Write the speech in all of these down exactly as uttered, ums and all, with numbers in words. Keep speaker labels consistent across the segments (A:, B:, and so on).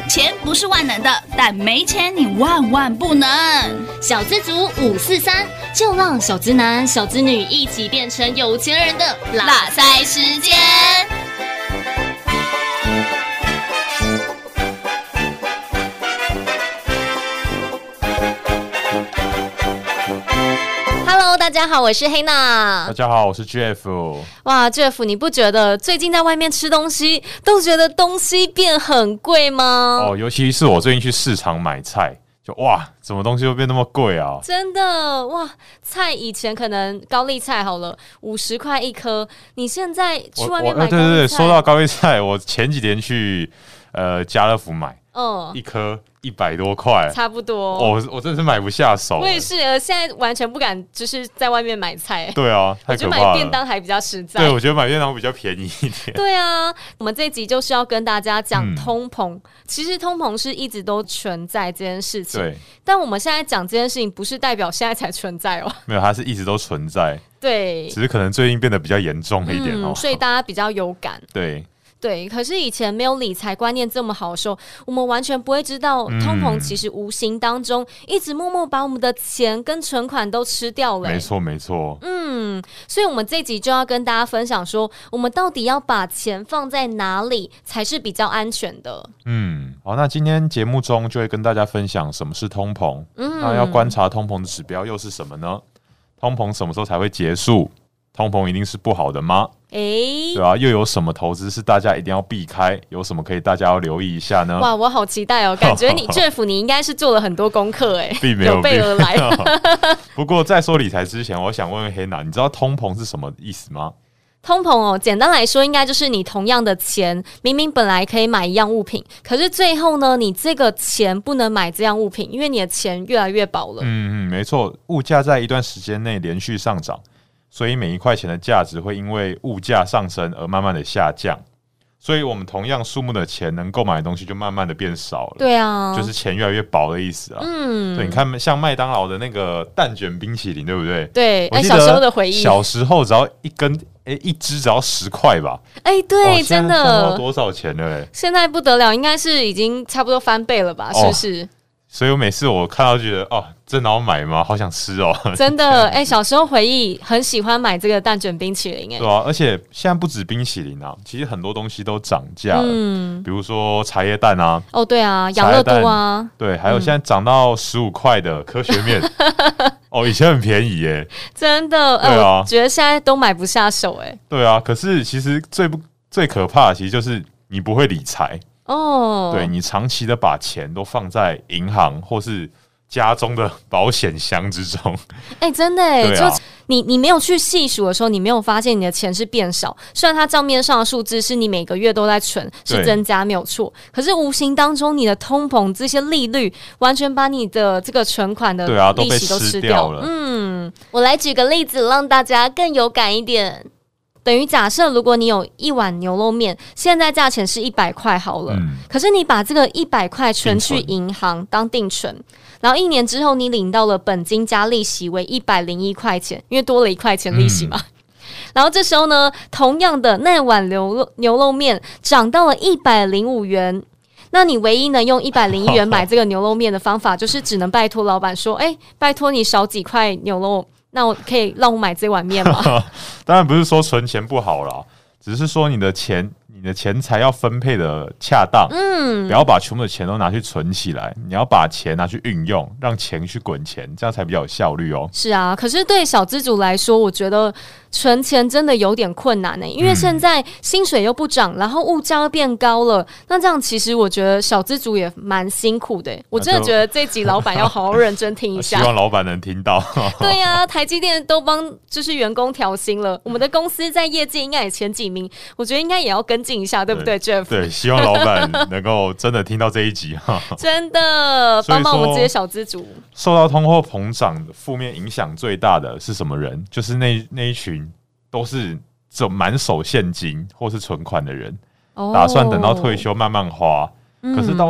A: 钱不是万能的，但没钱你万万不能。
B: 小资族五四三，就让小资男、小资女一起变成有钱人的拉塞时间。Hello， 大家好，我是黑娜。
C: 大家好，我是 Jeff。
B: 哇 ，Jeff， 你不觉得最近在外面吃东西都觉得东西变很贵吗？
C: 哦，尤其是我最近去市场买菜，就哇，怎么东西会变那么贵啊？
B: 真的哇，菜以前可能高丽菜好了五十块一颗，你现在去外面买高丽菜，
C: 对对对，说到高丽菜，我前几天去呃家乐福买，嗯，一颗一百多块，
B: 差不多。
C: 我、哦、我真的是买不下手。
B: 我也是，呃，现在完全不敢，就是在外面买菜。
C: 对啊，太可怕了。我觉得
B: 买便当还比较实在。
C: 对，我觉得买便当比较便宜一点。
B: 对啊，我们这一集就是要跟大家讲通膨。嗯、其实通膨是一直都存在这件事情。对。但我们现在讲这件事情，不是代表现在才存在哦。
C: 没有，它是一直都存在。
B: 对。
C: 只是可能最近变得比较严重一点哦、
B: 嗯，所以大家比较有感。
C: 对。
B: 对，可是以前没有理财观念这么好的时候，我们完全不会知道通膨其实无形当中一直默默把我们的钱跟存款都吃掉了。
C: 没错，没错。
B: 嗯，所以我们这集就要跟大家分享说，我们到底要把钱放在哪里才是比较安全的。
C: 嗯，好，那今天节目中就会跟大家分享什么是通膨。嗯，那要观察通膨的指标又是什么呢？通膨什么时候才会结束？通膨一定是不好的吗？欸、对啊，又有什么投资是大家一定要避开？有什么可以大家要留意一下呢？
B: 哇，我好期待哦！感觉你Jeff你应该是做了很多功课哎，
C: 并没有
B: 有备而来。
C: 不过在说理财之前，我想问问黑娜，你知道通膨是什么意思吗？
B: 通膨哦，简单来说，应该就是你同样的钱，明明本来可以买一样物品，可是最后呢，你这个钱不能买这样物品，因为你的钱越来越薄了。
C: 嗯嗯，没错，物价在一段时间内连续上涨。所以每一块钱的价值会因为物价上升而慢慢的下降，所以我们同样数目的钱能购买的东西就慢慢的变少了。
B: 对啊，
C: 就是钱越来越薄的意思啊。嗯，对，你看像麦当劳的那个蛋卷冰淇淋，对不对？
B: 对，哎，小时候的回忆，
C: 小时候只要一根，哎，一支只要十块吧。
B: 哎，对，哦、真的，
C: 现在多少钱了？哎，
B: 现在不得了，应该是已经差不多翻倍了吧？是不是？哦，
C: 所以我每次我看到觉得哦，真的要买吗？好想吃哦！
B: 真的，哎、欸，小时候回忆很喜欢买这个蛋卷冰淇淋，哎，
C: 对啊，而且现在不止冰淇淋啊，其实很多东西都涨价了，嗯，比如说茶叶蛋啊，
B: 哦，对啊，养乐多啊，
C: 对，还有现在涨到十五块的科学面，嗯、哦，以前很便宜耶，
B: 真的，对啊，我觉得现在都买不下手，哎，
C: 对啊，可是其实最不最可怕的，其实就是你不会理财。哦，对，你长期的把钱都放在银行或是家中的保险箱之中，
B: 哎、欸，真的哎、啊，就你你没有去细数的时候，你没有发现你的钱是变少。虽然它账面上的数字是你每个月都在存，是增加没有错，可是无形当中你的通膨这些利率，完全把你的这个存款的利息都吃掉了。嗯，我来举个例子，让大家更有感一点。等于假设，如果你有一碗牛肉面，现在价钱是一百块好了、嗯，可是你把这个一百块存去银行当定存，然后一年之后你领到了本金加利息为一百零一块钱，因为多了一块钱利息嘛。嗯、然后这时候呢，同样的那碗牛肉牛肉面涨到了一百零五元。那你唯一能用一百零一元买这个牛肉面的方法，就是只能拜托老板说：“哎、欸，拜托你少几块牛肉。”那我可以让我买这碗面吗？
C: 当然不是说存钱不好啦，只是说你的钱，你的钱财要分配的恰当，嗯，不要把全部的钱都拿去存起来，你要把钱拿去运用，让钱去滚钱，这样才比较有效率哦。
B: 是啊，可是对小资族来说，我觉得存钱真的有点困难呢、欸，因为现在薪水又不涨，然后物价又变高了，那这样其实我觉得小资族也蛮辛苦的、欸。我真的觉得这集老板要好好认真听一下，
C: 希望老板能听到。
B: 对呀、啊，台积电都帮就是员工调薪了，我们的公司在业界应该也前几名，我觉得应该也要跟进一下，对不对 ，Jeff？
C: 对，希望老板能够真的听到这一集哈，
B: 真的帮帮我们这些小资族。
C: 受到通货膨胀的负面影响最大的是什么人？就是那那一群都是这满手现金或是存款的人，哦、打算等到退休慢慢花。嗯、可是到你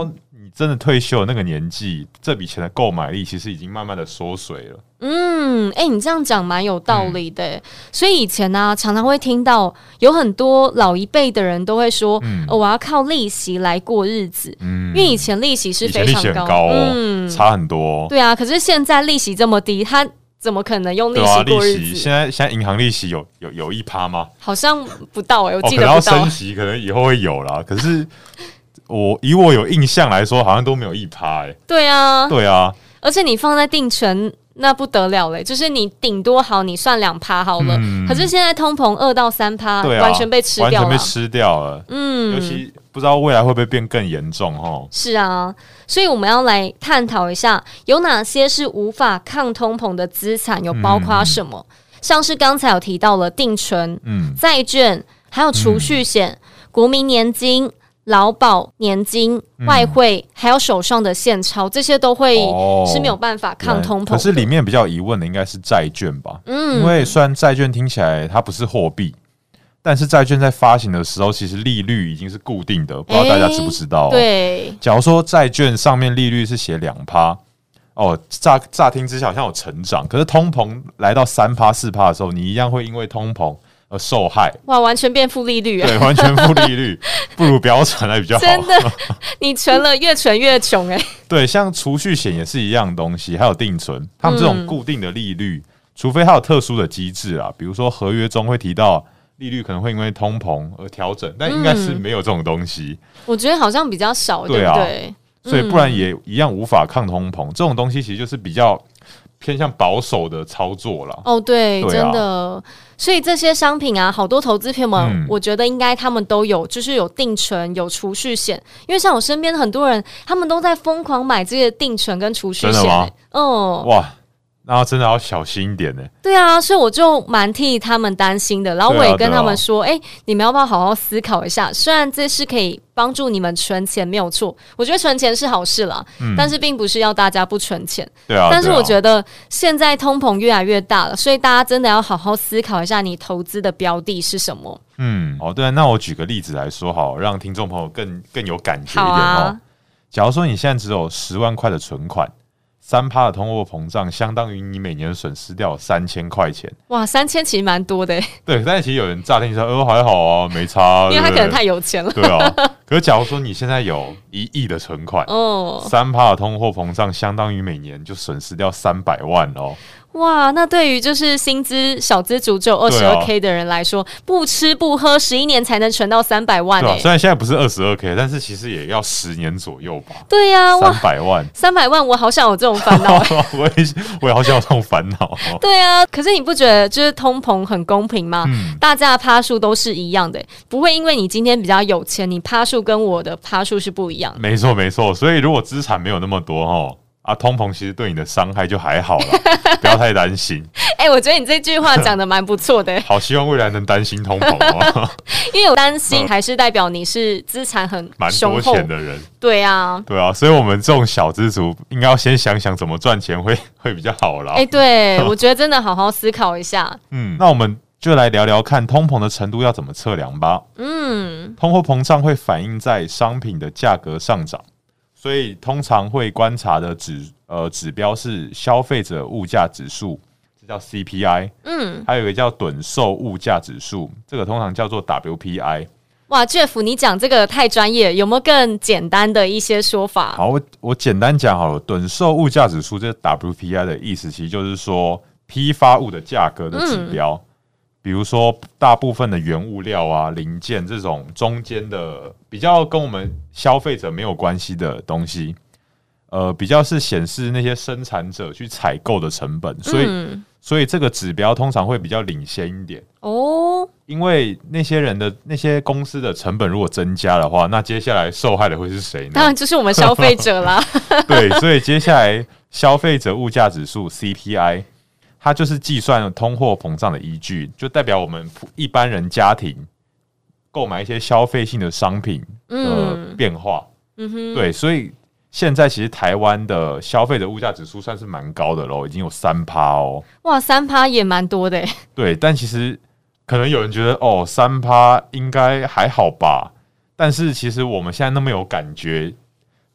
C: 你真的退休的那个年纪，这笔钱的购买力其实已经慢慢的缩水了。
B: 嗯，哎、欸，你这样讲蛮有道理的、嗯。所以以前呢、啊，常常会听到有很多老一辈的人都会说，嗯哦、我要靠利息来过日子。嗯，因为以前利息是非常高，
C: 以前利息很高哦，嗯，差很多、哦。
B: 对啊，可是现在利息这么低，他怎么可能用利息过日子？
C: 对啊、利息现在现在银行利息有有有一趴吗？
B: 好像不到哎、欸，我记得不到。
C: 哦、可能要升息，可能以后会有啦。可是。我以我有印象来说，好像都没有一趴哎。
B: 对啊，
C: 对啊，
B: 而且你放在定存那不得了嘞，就是你顶多好，你算两趴好了、嗯。可是现在通膨二到三趴，完全被吃掉了，
C: 完全被吃掉了。嗯，尤其不知道未来会不会变更严重哦。
B: 是啊，所以我们要来探讨一下，有哪些是无法抗通膨的资产，有包括什么？嗯、像是刚才有提到了定存、嗯、债券，还有储蓄险、嗯、国民年金。劳保年金、外汇、嗯，还有手上的现钞，这些都会是没有办法抗通膨的。
C: 可是里面比较疑问的应该是债券吧？嗯，因为虽然债券听起来它不是货币，但是债券在发行的时候，其实利率已经是固定的，不知道大家知不知道、哦欸？对，假如说债券上面利率是写两趴，哦，乍乍听之下好像有成长，可是通膨来到三趴、四趴的时候，你一样会因为通膨而受害。
B: 哇，完全变负利率啊！
C: 对，完全负利率，不如不要存来比较好。
B: 真的，你存了越存越穷哎、欸。
C: 对，像储蓄险也是一样东西，还有定存，他们这种固定的利率，嗯、除非它有特殊的机制啊，比如说合约中会提到利率可能会因为通膨而调整，但应该是没有这种东西。
B: 嗯、我觉得好像比较少，对不对？
C: 所以不然也一样无法抗通膨。这种东西其实就是比较偏向保守的操作啦。
B: 哦，对，对啊、真的。所以这些商品啊，好多投资朋友们、嗯，我觉得应该他们都有，就是有定存、有储蓄险。因为像我身边很多人，他们都在疯狂买这些定存跟储蓄险、欸。真的吗？
C: 嗯，哇。那真的要小心一点呢、欸。
B: 对啊，所以我就蛮替他们担心的。然后我也跟他们说，哎、啊啊欸，你们要不要好好思考一下？虽然这是可以帮助你们存钱，没有错。我觉得存钱是好事啦、嗯，但是并不是要大家不存钱。
C: 对啊。
B: 但是我觉得现在通膨越来越大了，所以大家真的要好好思考一下，你投资的标的是什么。
C: 嗯，哦，对、啊。那我举个例子来说，好，让听众朋友更更有感觉一点哦、啊。假如说你现在只有十万块的存款。三趴的通货膨胀相当于你每年损失掉三千块钱。
B: 哇，三千其实蛮多的耶。
C: 对，但是其实有人乍听说，呃，还好啊，没差，
B: 因为他可能太有钱了。
C: 对啊，可是假如说你现在有一亿的存款，哦，三趴的通货膨胀相当于每年就损失掉三百万哦。
B: 哇，那对于就是薪资小资族只有二十二 K 的人来说、啊，不吃不喝十一年才能存到三百万、欸。
C: 对、啊，虽然现在不是二十二 K， 但是其实也要十年左右吧。
B: 对呀、啊，
C: 三百万，
B: 三百万，我好想有这种烦恼、欸。
C: 我也我也好想有这种烦恼。
B: 对啊，可是你不觉得就是通膨很公平吗？嗯、大家的趴数都是一样的、欸，不会因为你今天比较有钱，你趴数跟我的趴数是不一样的。
C: 没错没错，所以如果资产没有那么多齁。啊，通膨其实对你的伤害就还好了，不要太担心。
B: 哎、欸，我觉得你这句话讲的蛮不错的。
C: 好，希望未来能担心通膨哦。
B: 因为我担心，还是代表你是资产很
C: 蛮多钱的人。
B: 对啊，
C: 对啊，所以我们这种小资族应该要先想想怎么赚钱会会比较好啦。
B: 哎、欸，对，我觉得真的好好思考一下。
C: 嗯，那我们就来聊聊看通膨的程度要怎么测量吧。嗯，通货膨胀会反映在商品的价格上涨。所以通常会观察的指呃指标是消费者物价指数，这叫 C P I。嗯，还有一个叫趸售物价指数，这个通常叫做 W P I。
B: 哇 ，Jeff， 你讲这个太专业，有没有更简单的一些说法？
C: 好，我我简单讲好了。趸售物价指数这 W P I 的意思，其实就是说批发物的价格的指标。嗯，比如说，大部分的原物料啊、零件这种中间的比较跟我们消费者没有关系的东西，呃，比较是显示那些生产者去采购的成本，所以、嗯、所以这个指标通常会比较领先一点哦。因为那些人的那些公司的成本如果增加的话，那接下来受害的会是谁呢？
B: 当然就是我们消费者啦。
C: 对，所以接下来消费者物价指数 C P I。它就是计算通货膨胀的依据，就代表我们一般人家庭购买一些消费性的商品的、呃嗯、变化。嗯哼，对，所以现在其实台湾的消费者物价指数算是蛮高的咯，已经有三趴哦。
B: 哇，三趴也蛮多的耶。
C: 对，但其实可能有人觉得哦，三趴应该还好吧，但是其实我们现在那么有感觉。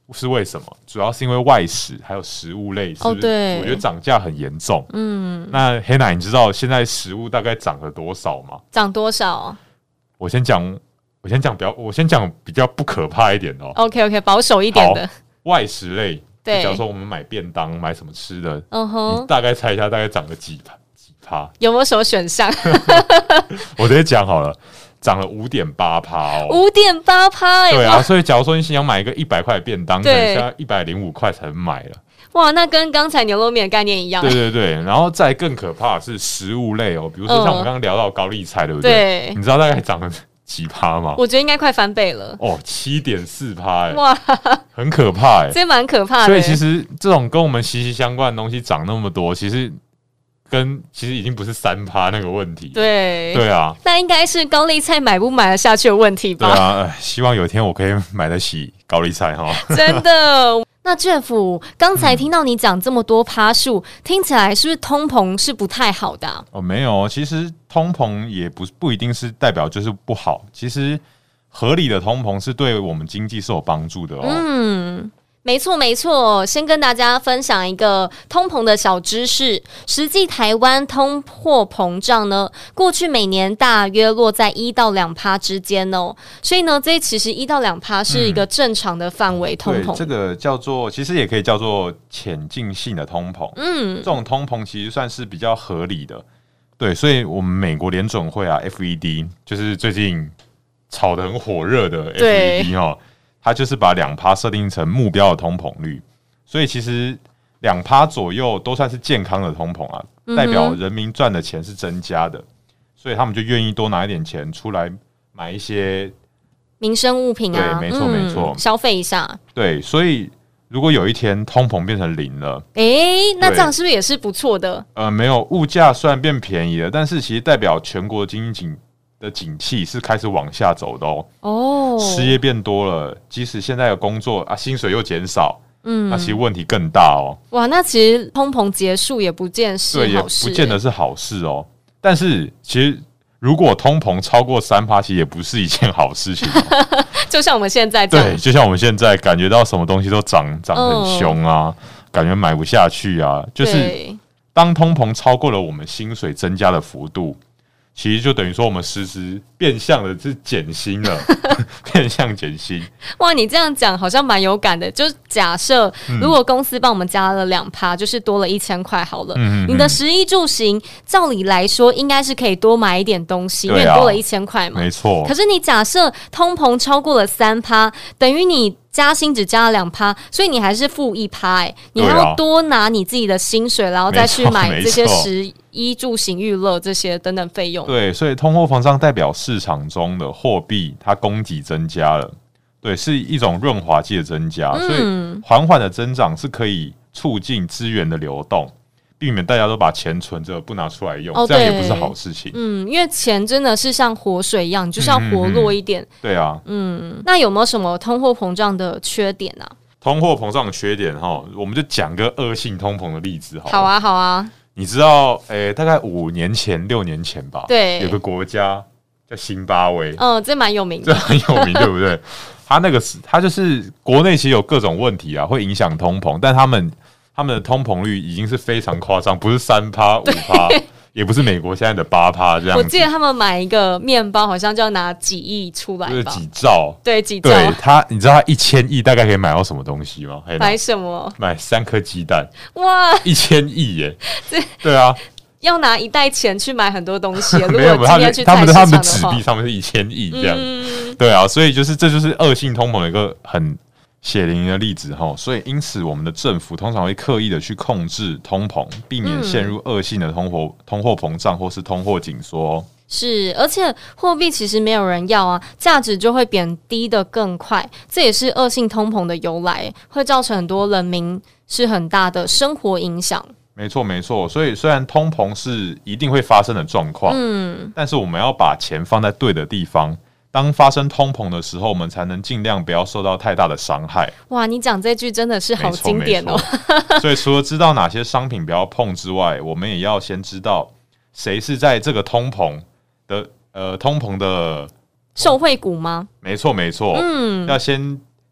C: 是为什么？主要是因为外食还有食物类，是不是？
B: 哦、对，
C: 我觉得涨价很严重。嗯，那黑奶，你知道现在食物大概涨了多少吗？
B: 涨多少？我
C: 先讲，我先讲比较，我先讲比较不可怕一点哦。
B: OK OK， 保守一点的
C: 外食类。
B: 对，
C: 假如说我们买便当，买什么吃的，
B: 嗯哼，
C: 你大概猜一下，大概涨了几几趴？
B: 有没有什么选项？
C: 我直接讲好了。涨了五点八趴哦，
B: 五点八趴，
C: 对啊，所以假如说你想买一个一百块的便当，可能现在一百零五块才能买了。
B: 哇，那跟刚才牛肉面的概念一样。
C: 对对对，然后再更可怕的是食物类哦，比如说像我们刚刚聊到高丽菜，对不对？
B: 对，
C: 你知道大概涨了几趴吗？
B: 我觉得应该快翻倍了。
C: 哦，七点四趴，哎，哇，很可怕哎，
B: 这蛮可怕的。
C: 所以其实这种跟我们息息相关的东西涨那么多，其实。跟其实已经不是三趴那个问题，
B: 对
C: 对啊，
B: 那应该是高丽菜买不买得下去的问题吧？
C: 对啊，希望有一天我可以买得起高丽菜哈。
B: 真的，那Jeff刚才听到你讲这么多趴数，嗯、听起来是不是通膨是不太好的、啊？
C: 哦，没有，其实通膨也不不一定是代表就是不好，其实合理的通膨是对我们经济是有帮助的哦。
B: 嗯。没错没错，先跟大家分享一个通膨的小知识。实际台湾通货膨胀呢，过去每年大约落在一到两趴之间哦。所以呢，这其实一到两趴是一个正常的范围通膨、
C: 嗯。这个叫做，其实也可以叫做潜进性的通膨。嗯，这种通膨其实算是比较合理的。对，所以我们美国联准会啊 ，F E D 就是最近炒得很火热的 F E D 哦。它就是把两趴设定成目标的通膨率，所以其实两趴左右都算是健康的通膨啊，代表人民赚的钱是增加的，所以他们就愿意多拿一点钱出来买一些
B: 民生物品啊，
C: 对，没错、嗯、没错，
B: 消费一下。对，
C: 所以如果有一天通膨变成零了，
B: 哎、欸，那这样是不是也是不错的？
C: 呃，没有，物价虽然变便宜了，但是其实代表全国经济的景气是开始往下走的哦。哦，失业变多了，即使现在有工作啊，薪水又减少，嗯，那其实问题更大哦。
B: 哇，那其实通膨结束也不见是好事，
C: 对，也不见得是好事哦。但是其实如果通膨超过三趴，其实也不是一件好事情、哦。
B: 就像我们现在这样，
C: 对，就像我们现在感觉到什么东西都涨涨很凶啊，哦、感觉买不下去啊。就是当通膨超过了我们薪水增加的幅度。其实就等于说，我们实质变相的是减薪了，变相减薪。
B: 哇，你这样讲好像蛮有感的。就假设如果公司帮我们加了两趴，就是多了一千块好了。嗯嗯嗯，你的食衣住行，照理来说应该是可以多买一点东西，啊、因为多了一千块嘛。
C: 没错。
B: 可是你假设通膨超过了三趴，等于你加薪只加了两趴，所以你还是负一趴，哎，你还要多拿你自己的薪水，然后再去买这些食衣住行娱乐这些等等费用。
C: 对，所以通货膨胀代表市场中的货币它供给增加了，对，是一种润滑剂的增加，嗯、所以缓缓的增长是可以促进资源的流动。避免大家都把钱存着不拿出来用，哦、这样也不是好事情。
B: 嗯，因为钱真的是像活水一样，你就是要活络一点。嗯嗯嗯
C: 对啊，
B: 嗯，那有没有什么通货膨胀的缺点啊？
C: 通货膨胀的缺点哈，我们就讲个恶性通膨的例子好了。
B: 好啊，好啊。
C: 你知道，诶、欸，大概五年前、六年前吧，
B: 对，
C: 有个国家叫辛巴威，
B: 嗯，这蛮有名的，
C: 这很有名，对不对？他那个是，他就是国内其实有各种问题啊，会影响通膨，但他们。他们的通膨率已经是非常夸张，不是三趴、五趴，也不是美国现在的八趴这样子。
B: 我记得他们买一个面包，好像就要拿几亿出来吧，
C: 就是几兆。
B: 对，几兆。
C: 对他，你知道他一千亿大概可以买到什么东西吗？
B: 买什么？
C: 买三颗鸡蛋。
B: 哇，
C: 一千亿耶！对啊，
B: 要拿一袋钱去买很多东西。
C: 没有，
B: 如果今天去
C: 他们的他们的纸币上面是一千亿这样。嗯、对啊，所以就是这就是恶性通膨的一个很。血淋淋的例子哈，所以因此我们的政府通常会刻意的去控制通膨，避免陷入恶性的通货通货膨胀或是通货紧缩。
B: 是，而且货币其实没有人要啊，价值就会贬低的更快，这也是恶性通膨的由来，会造成很多人民是很大的生活影响。
C: 没错，没错。所以虽然通膨是一定会发生的状况，嗯，但是我们要把钱放在对的地方。当发生通膨的时候，我们才能尽量不要受到太大的伤害。
B: 哇，你讲这句真的是好经典哦！
C: 所以除了知道哪些商品不要碰之外，我们也要先知道谁是在这个通膨的呃通膨的
B: 受惠股吗？
C: 没错，没错。嗯，要先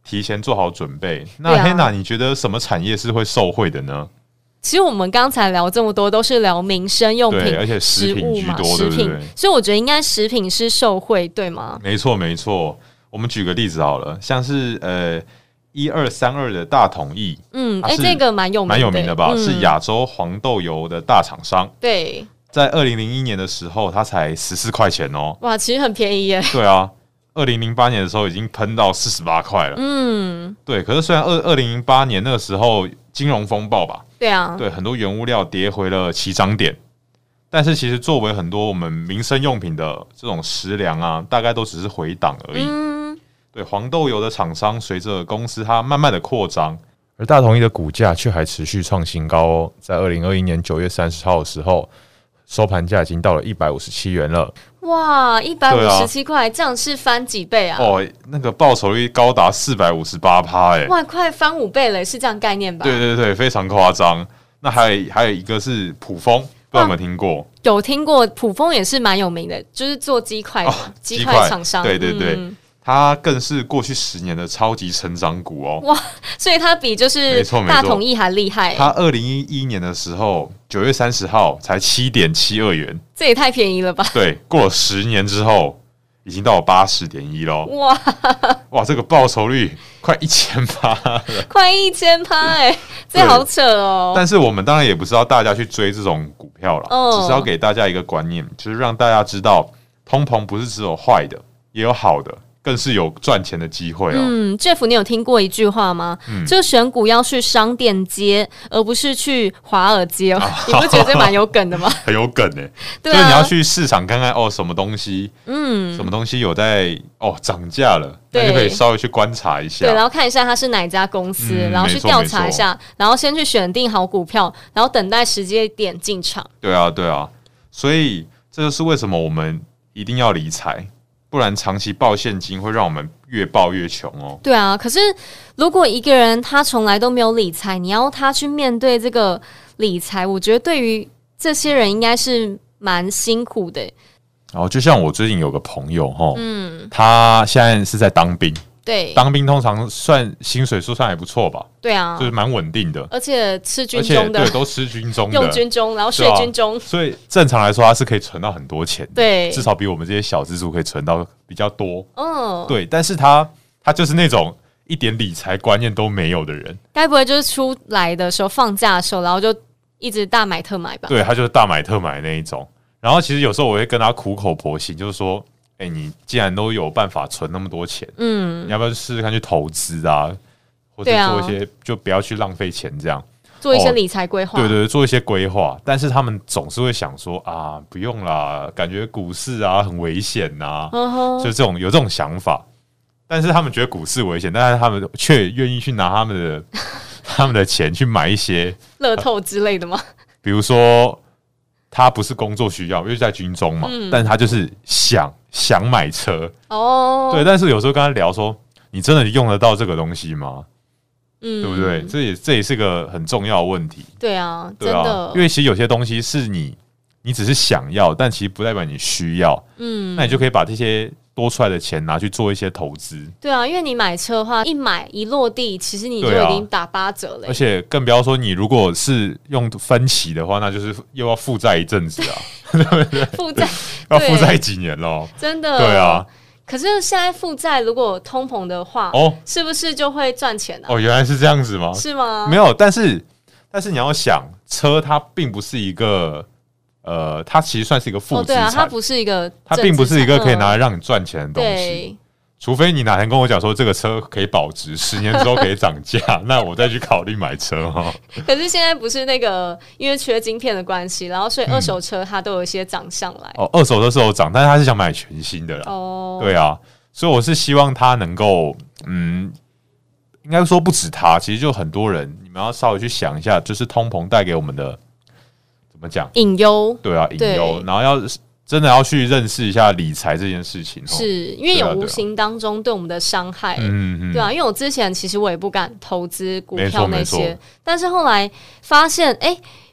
C: 提前做好准备。那 Hannah， 你觉得什么产业是会受惠的呢？
B: 其实我们刚才聊这么多，都是聊民生用品，
C: 而且食品居多，
B: 食品，
C: 对不对？
B: 所以我觉得应该食品是受惠，对吗？
C: 没错，没错。我们举个例子好了，像是呃一二三二的大统益，
B: 嗯，哎、欸，这个蛮有名的，
C: 蛮有名的吧？嗯、是亚洲黄豆油的大厂商。
B: 对，
C: 在二零零一年的时候，它才十四块钱哦。
B: 哇，其实很便宜耶。
C: 对啊。二零零八年的时候已经喷到四十八块了，嗯，对。可是虽然二二零零八年那个时候金融风暴吧，
B: 对啊，
C: 对，很多原物料跌回了起涨点，但是其实作为很多我们民生用品的这种食粮啊，大概都只是回档而已。嗯，对，黄豆油的厂商随着公司它慢慢的扩张，而大统益的股价却还持续创新高哦，在二零二一年九月三十号的时候。收盘价已经到了一百五十七元了，
B: 哇，一百五十七块，这样是翻几倍啊？
C: 哦，那个报酬率高达四百五十八趴，哎，
B: 哇，快翻五倍了，是这样概念吧？
C: 对对对，非常夸张。那还有还有一个是卜蜂，不知道有没有听过？
B: 有听过，卜蜂也是蛮有名的，就是做鸡块的鸡块厂商，
C: 对对对。嗯，它更是过去十年的超级成长股哦！哇，
B: 所以它比就是大统益还厉害。
C: 它二零一一年的时候，九月三十号才七点七二元，
B: 这也太便宜了吧？
C: 对，过了十年之后，已经到了八十点一喽！哇哇，这个报酬率快一千趴了，
B: 快一千趴哎，这好扯哦！
C: 但是我们当然也不是要大家去追这种股票啦，哦，只是要给大家一个观念，就是让大家知道，通膨不是只有坏的，也有好的。更是有赚钱的机会哦。
B: 嗯 ，Jeff， 你有听过一句话吗？嗯，就选股要去商店街，而不是去华尔街哦。啊、你不觉得这蛮有梗的吗？
C: 很有梗哎、欸。对、啊，所以你要去市场看看哦，什么东西，嗯，什么东西有在哦涨价了，那就可以稍微去观察一下。
B: 对，然后看一下它是哪一家公司，嗯、然后去调查一下，然后先去选定好股票，然后等待时间点进场。
C: 对啊，对啊，所以这就是为什么我们一定要理财。不然长期抱现金会让我们越抱越穷哦。
B: 对啊，可是如果一个人他从来都没有理财，你要他去面对这个理财，我觉得对于这些人应该是蛮辛苦的。
C: 然后就像我最近有个朋友齁，嗯，他现在是在当兵。
B: 对，
C: 当兵通常算薪水数算还不错吧？
B: 对啊，
C: 就是蛮稳定的，
B: 而且吃军中的，
C: 对，都吃军中的，
B: 用军中，然后睡军中、啊，
C: 所以正常来说，他是可以存到很多钱的，
B: 对，
C: 至少比我们这些小资族可以存到比较多。嗯，对，但是他他就是那种一点理财观念都没有的人，
B: 该不会就是出来的时候放假的时候，然后就一直大买特买吧？
C: 对，他就是大买特买那一种。然后其实有时候我会跟他苦口婆心，就是说。哎、欸，你既然都有办法存那么多钱，嗯，你要不要试试看去投资啊，或者做一些、啊、就不要去浪费钱，这样
B: 做一些理财规划、
C: 哦，对对，做一些规划。但是他们总是会想说啊，不用啦，感觉股市啊很危险呐、啊，就这种有这种想法。但是他们觉得股市危险，但是他们却愿意去拿他们的他们的钱去买一些
B: 乐透之类的吗？
C: 比如说。他不是工作需要，因为在军中嘛，嗯、但是他就是想想买车哦，对。但是有时候跟他聊说，你真的用得到这个东西吗？嗯，对不对？这也这也是个很重要的问题。
B: 对啊，对啊，真的，
C: 因为其实有些东西是你你只是想要，但其实不代表你需要。嗯，那你就可以把这些多出来的钱拿去做一些投资。
B: 对啊，因为你买车的话，一买一落地，其实你就已经打八折了、欸啊。
C: 而且更不要说你如果是用分期的话，那就是又要负债一阵子啊，对不对？
B: 负债
C: 要负债几年咯，
B: 真的。
C: 对啊。
B: 可是现在负债如果通膨的话，哦，是不是就会赚钱啊？
C: 哦，原来是这样子吗？
B: 是吗？
C: 没有，但是但是你要想，车它并不是一个。呃，它其实算是一个负资产、哦，
B: 对啊，它不是一个，
C: 它并不是一个可以拿来让你赚钱的东西。嗯、除非你哪天跟我讲说这个车可以保值，十年之后可以涨价，那我再去考虑买车哈。
B: 可是现在不是那个，因为缺晶片的关系，然后所以二手车它都有一些涨上来。
C: 嗯、哦，二手车是有涨，但是他是想买全新的啦。哦，对啊，所以我是希望他能够，嗯，应该说不止他，其实就很多人，你们要稍微去想一下，就是通膨带给我们的。怎么讲？
B: 隐忧，
C: 对啊，隐忧。然后要真的要去认识一下理财这件事情，
B: 是因为有无形当中对我们的伤害，嗯嗯，对啊。因为我之前其实我也不敢投资股票那些，但是后来发现，哎、欸，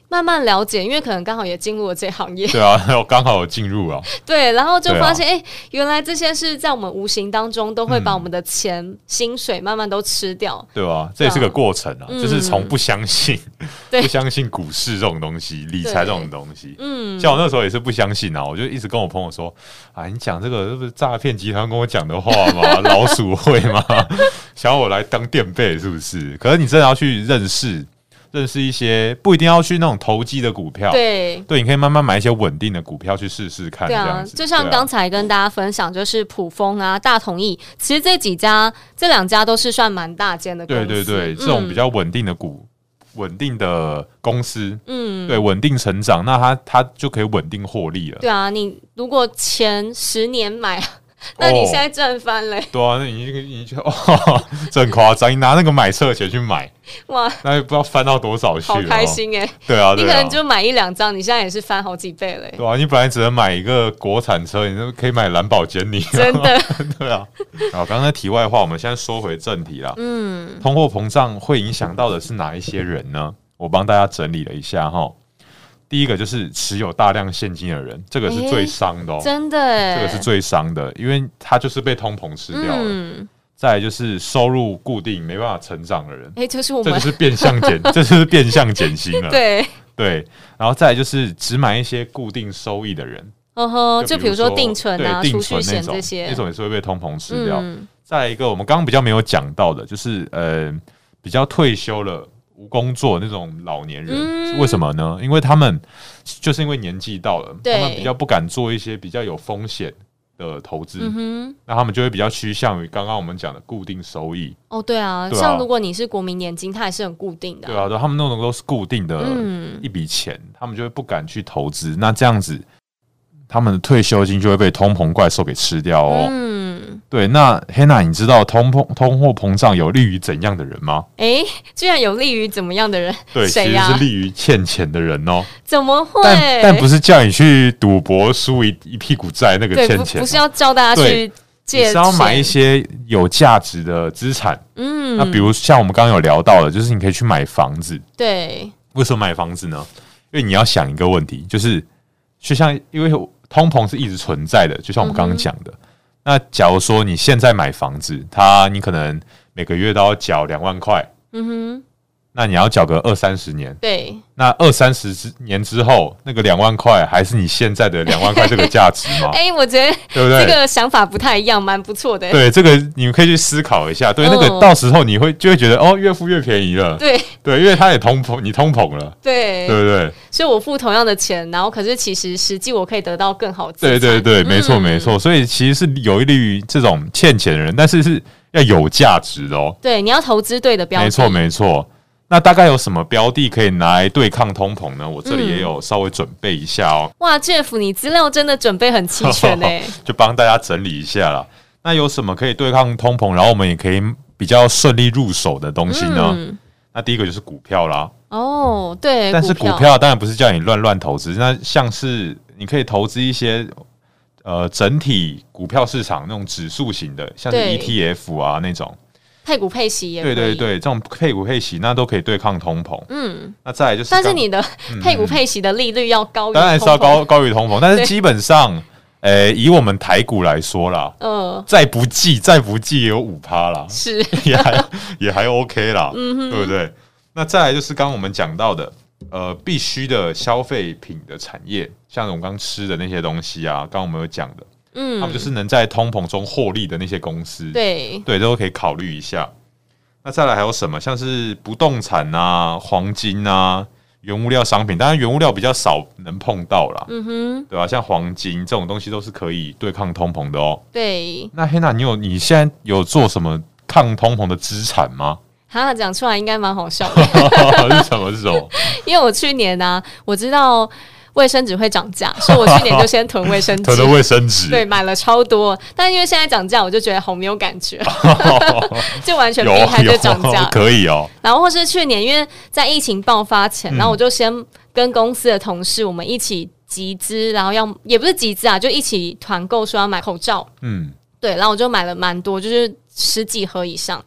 B: 慢慢了解，因为可能刚好也进入了这行业。
C: 对啊，刚好有进入啊。
B: 对，然后就发现，哎、啊欸，原来这些是在我们无形当中都会把我们的钱、嗯、薪水慢慢都吃掉。
C: 对啊，这也是个过程啊，嗯、就是从不相信、
B: 嗯、
C: 不相信股市这种东西、理财这种东西。嗯，像我那时候也是不相信啊，我就一直跟我朋友说，啊，你讲这个是不是诈骗集团跟我讲的话吗？老鼠会吗？想要我来当垫背是不是？可是你真的要去认识。认识一些不一定要去那种投机的股票，
B: 对
C: 对，你可以慢慢买一些稳定的股票去试试看。
B: 对啊，
C: 这样子
B: 就像刚才跟大家分享，就是普丰啊、大统益，其实这几家、这两家都是算蛮大间的公司。
C: 对对对，嗯、这种比较稳定的股、稳定的公司，嗯，对，稳定成长，那它它就可以稳定获利了。
B: 对啊，你如果前十年买。那你现在赚翻了、欸哦？
C: 对啊，那你你就哦，这很夸张，你拿那个买车的钱去买，哇，那也不知道翻到多少去了，
B: 好开心哎、欸！
C: 对啊，
B: 你可能就买一两张，你现在也是翻好几倍了、欸。
C: 对啊，你本来只能买一个国产车，你就可以买兰博基尼，
B: 真的。
C: 对啊，好，刚才题外话，我们现在说回正题啦。嗯，通货膨胀会影响到的是哪一些人呢？我帮大家整理了一下哈。第一个就是持有大量现金的人，这个是最伤的哦、喔欸，
B: 真的耶，
C: 这个是最伤的，因为他就是被通膨吃掉了。嗯、再来就是收入固定没办法成长的人，
B: 哎、欸，就是我们，
C: 这就是变相减，这就是变相减薪了。
B: 对
C: 对，然后再来就是只买一些固定收益的人，
B: 嗯哼，就比如说定存啊、储蓄险这些，
C: 那种也是会被通膨吃掉。嗯、再来一个，我们刚刚比较没有讲到的，就是呃，比较退休了。无工作那种老年人、嗯、为什么呢？因为他们就是因为年纪到了，他们比较不敢做一些比较有风险的投资、嗯，那他们就会比较趋向于刚刚我们讲的固定收益。
B: 哦，对啊，对啊，像如果你是国民年金，它也是很固定的、啊。
C: 对啊，对，他们那种都是固定的一笔钱、嗯，他们就会不敢去投资。那这样子，他们的退休金就会被通膨怪兽给吃掉哦。嗯。对，那 Hannah， 你知道通膨通货膨胀有利于怎样的人吗？
B: 哎、欸，居然有利于怎么样的人？
C: 对，其实是利于欠钱的人哦。
B: 怎么会？
C: 但但不是叫你去赌博输一一屁股债那个欠钱、
B: 不，不是要教大家去借钱，
C: 你是要买一些有价值的资产。嗯，那比如像我们刚刚有聊到的，就是你可以去买房子。
B: 对，
C: 为什么买房子呢？因为你要想一个问题，就是就像因为通膨是一直存在的，就像我们刚刚讲的。嗯，那假如说你现在买房子，它你可能每个月都要缴两万块，嗯哼，那你要缴个二三十年，
B: 对，
C: 那二三十年之后，那个两万块还是你现在的两万块这个价值吗？
B: 哎、欸，我觉得对不对？这个想法不太一样，蛮不错的。
C: 对，这个你们可以去思考一下。对，嗯、那个到时候你会就会觉得哦，越付越便宜了。
B: 对
C: 对，因为它也通膨，你通膨了，
B: 对
C: 对不对？
B: 所以我付同样的钱，然后可是其实实际我可以得到更好的资产。
C: 对对对，没错、嗯、没错。所以其实是有利于这种欠钱的人，但是是要有价值的哦。
B: 对，你要投资对的标的。
C: 没错没错。那大概有什么标的可以拿来对抗通膨呢？我这里也有稍微准备一下哦。
B: 嗯、哇 ，Jeff， 你资料真的准备很齐全哎，
C: 就帮大家整理一下啦。那有什么可以对抗通膨，然后我们也可以比较顺利入手的东西呢？嗯、那第一个就是股票啦。
B: 哦，对，
C: 但是股票当然不是叫你乱乱投资，那像是你可以投资一些呃整体股票市场那种指数型的，像是 E T F 啊那种。
B: 配股配息也可以，
C: 对对对，这种配股配息那都可以对抗通膨。嗯，那再来就是，
B: 但是你的配股配息的利率要高于通膨，
C: 当然是要高高于通膨，但是基本上，诶、欸，以我们台股来说啦，嗯、呃，再不济再不济也有五趴啦，
B: 是
C: 也还也还 OK 啦，嗯哼，对不对？那再来就是刚刚我们讲到的，呃，必须的消费品的产业，像我们刚吃的那些东西啊，刚刚我们有讲的。嗯，他们就是能在通膨中获利的那些公司，
B: 对
C: 对，都可以考虑一下。那再来还有什么？像是不动产啊、黄金啊、原物料商品，当然原物料比较少能碰到啦，嗯哼，对吧、啊？像黄金这种东西都是可以对抗通膨的哦。
B: 对，
C: 那 Hannah， 你有你现在有做什么抗通膨的资产吗？
B: 哈，讲出来应该蛮好笑的。
C: 是什么？是什么？
B: 因为我去年呢、啊，我知道。卫生纸会涨价，所以我去年就先囤卫生纸，
C: 囤了卫生纸，
B: 对，买了超多。但因为现在涨价，我就觉得好没有感觉，就完全避开这涨价，
C: 可以哦。
B: 然后或是去年，因为在疫情爆发前，嗯、然后我就先跟公司的同事，我们一起集资，然后要也不是集资啊，就一起团购说要买口罩，嗯，对，然后我就买了蛮多，就是十几盒以上。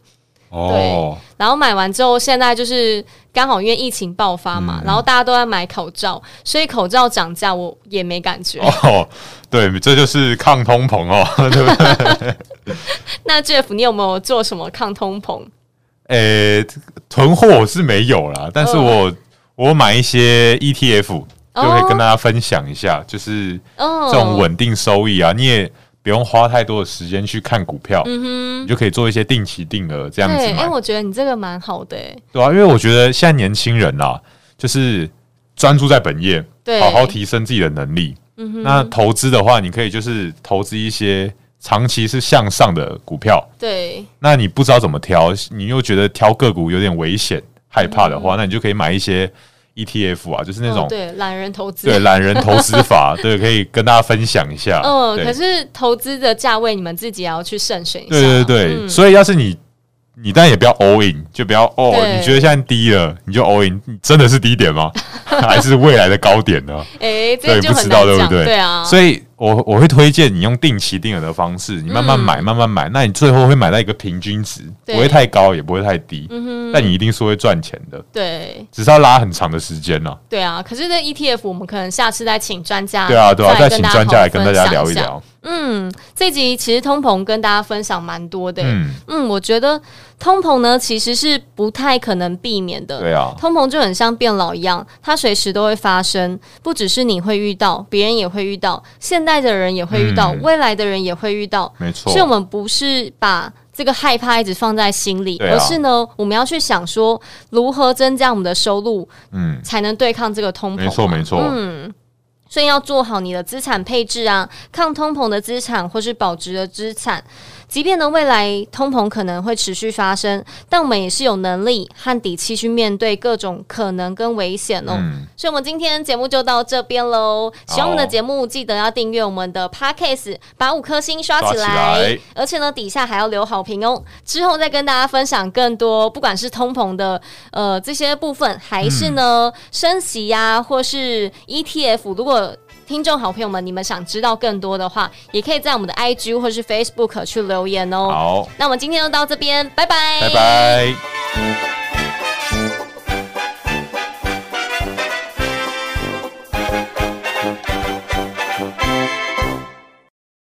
C: 哦，
B: 对，然后买完之后，现在就是刚好因为疫情爆发嘛，嗯、然后大家都在买口罩，所以口罩涨价我也没感觉。
C: 哦，对，这就是抗通膨哦，对不对？
B: 那 Jeff， 你有没有做什么抗通膨？
C: 诶、欸，囤货我是没有啦，但是我、哦、我买一些 E T F， 就可以跟大家分享一下，哦、就是这种稳定收益啊，你也不用花太多的时间去看股票，嗯哼，你就可以做一些定期定额这样子买。
B: 哎、欸，我觉得你这个蛮好的、欸，
C: 对啊，因为我觉得现在年轻人啊，就是专注在本业，好好提升自己的能力。嗯哼，那投资的话，你可以就是投资一些长期是向上的股票，
B: 对。
C: 那你不知道怎么挑，你又觉得挑个股有点危险、害怕的话，嗯、那你就可以买一些 E T F 啊，就是那种、
B: 哦、对懒人投资，
C: 对懒人投资法，对，可以跟大家分享一下。
B: 嗯，可是投资的价位你们自己也要去慎选一下。
C: 对对对，嗯、所以要是你。你当然也不要 all in， 就不要哦。你觉得现在低了，你就 all in， 你真的是低点吗？还是未来的高点呢？
B: 哎、欸，这就很难讲，
C: 不知道对不对？
B: 对啊，
C: 所以我我会推荐你用定期定额的方式，你慢慢买，嗯、慢慢买，那你最后会买到一个平均值，不会太高，也不会太低。嗯、但你一定是会赚钱的。
B: 对，
C: 只是要拉很长的时间呢、啊。
B: 对啊，可是这 E T F 我们可能下次再请专家，
C: 对啊对啊，再请专家来跟大家聊一聊。
B: 嗯，这集其实通膨跟大家分享蛮多的、欸。嗯嗯，我觉得通膨呢其实是不太可能避免的。
C: 对啊，
B: 通膨就很像变老一样，它随时都会发生，不只是你会遇到，别人也会遇到，现代的人也会遇到，嗯、未来的人也会遇到。
C: 没错，
B: 所以我们不是把这个害怕一直放在心里，啊、而是呢，我们要去想说如何增加我们的收入，嗯，才能对抗这个通膨。
C: 没错，没错，
B: 嗯。所以要做好你的资产配置啊，抗通膨的资产或是保值的资产。即便呢未来通膨可能会持续发生，但我们也是有能力和底气去面对各种可能跟危险哦。嗯、所以我们今天节目就到这边喽。喜欢我们的节目，记得要订阅我们的 Podcast， 把五颗星刷起来，
C: 刷起来，
B: 而且呢底下还要留好评哦。之后再跟大家分享更多，不管是通膨的呃这些部分，还是呢、嗯、升息呀、啊，或是 E T F， 如果听众好朋友们，你们想知道更多的话，也可以在我们的 I G 或是 Facebook 去留言哦。
C: 好，
B: 那我们今天就到这边，拜拜，
C: 拜拜。